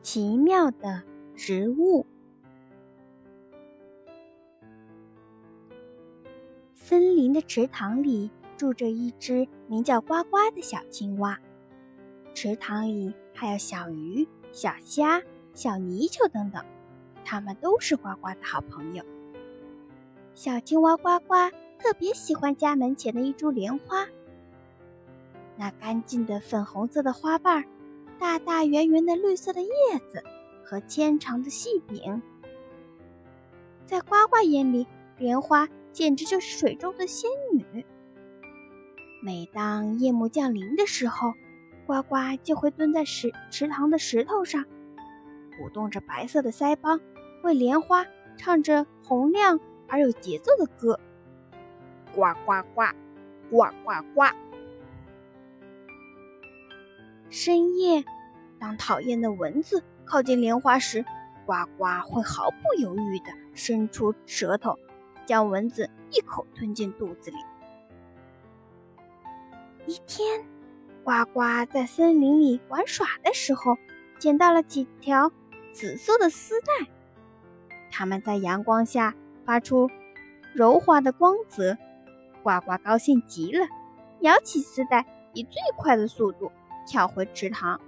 奇妙的植物。森林的池塘里住着一只名叫呱呱的小青蛙，池塘里还有小鱼、小虾、小泥鳅等等，它们都是呱呱的好朋友。小青蛙呱呱特别喜欢家门前的一株莲花，那干净的粉红色的花瓣，大大圆圆的绿色的叶子和纤长的细柄，在呱呱眼里，莲花简直就是水中的仙女。每当夜幕降临的时候，呱呱就会蹲在池塘的石头上，鼓动着白色的腮帮，为莲花唱着洪亮而有节奏的歌，呱呱呱，呱呱呱。深夜，当讨厌的蚊子靠近莲花时，呱呱会毫不犹豫地伸出舌头，将蚊子一口吞进肚子里。一天，呱呱在森林里玩耍的时候，捡到了几条紫色的丝带，它们在阳光下发出柔滑的光泽。呱呱高兴极了，摇起丝带，以最快的速度跳回池塘。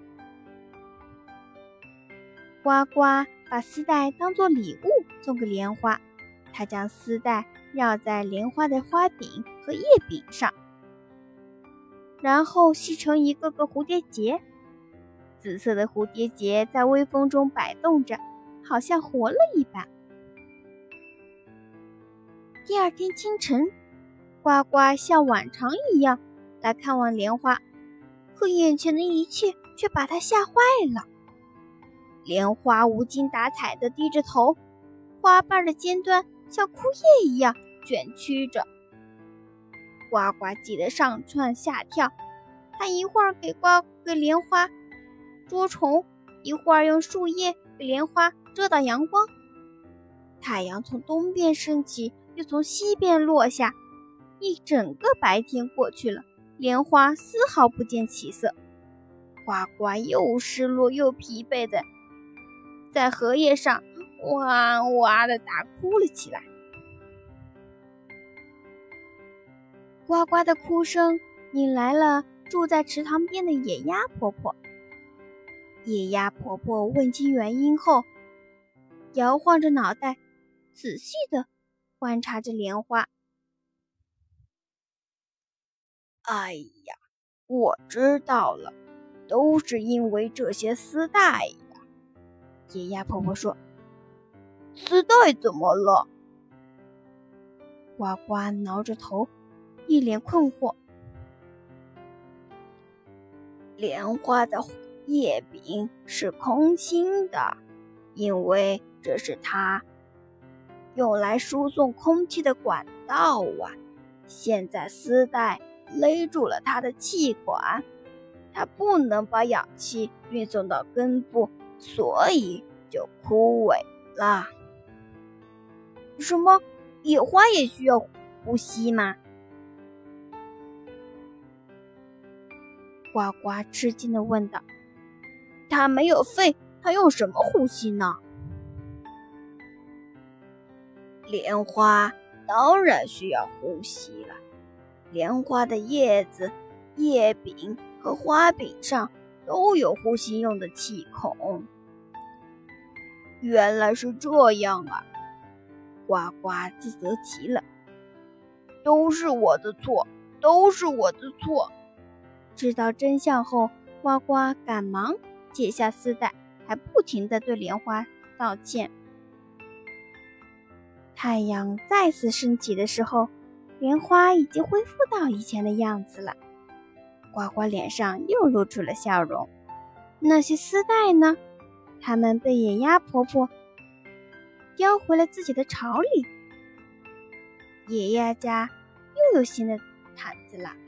呱呱把丝带当作礼物送给莲花，他将丝带绕在莲花的花柄和叶柄上，然后系成一个个蝴蝶结。紫色的蝴蝶结在微风中摆动着，好像活了一般。第二天清晨，呱呱像往常一样来看望莲花，可眼前的一切却把他吓坏了。莲花无精打采地低着头，花瓣的尖端像枯叶一样卷曲着。呱呱急得上蹿下跳，他一会儿给莲花捉虫，一会儿用树叶给莲花遮挡阳光。太阳从东边升起，又从西边落下，一整个白天过去了，莲花丝毫不见起色。呱呱又失落又疲惫的在荷叶上哇哇地大哭了起来。呱呱的哭声引来了住在池塘边的野鸭婆婆。野鸭婆婆问清原因后，摇晃着脑袋，仔细地观察着莲花。哎呀，我知道了，都是因为这些丝带呀。野鸭婆婆说。丝带怎么了？呱呱挠着头，一脸困惑。莲花的叶柄是空心的，因为这是它用来输送空气的管道啊。现在丝带勒住了它的气管，它不能把氧气运送到根部，所以就枯萎了。什么？野花也需要呼吸吗？呱呱吃惊地问道。它没有肺，它用什么呼吸呢？莲花当然需要呼吸了。莲花的叶子、叶柄和花柄上都有呼吸用的气孔。原来是这样啊！呱呱自责极了，都是我的错，都是我的错。知道真相后，呱呱赶忙解下丝带，还不停地对莲花道歉。太阳再次升起的时候，莲花已经恢复到以前的样子了。呱呱脸上又露出了笑容。那些丝带呢？它们被野鸭婆婆叼回了自己的巢里。野鸭家又有新的毯子了。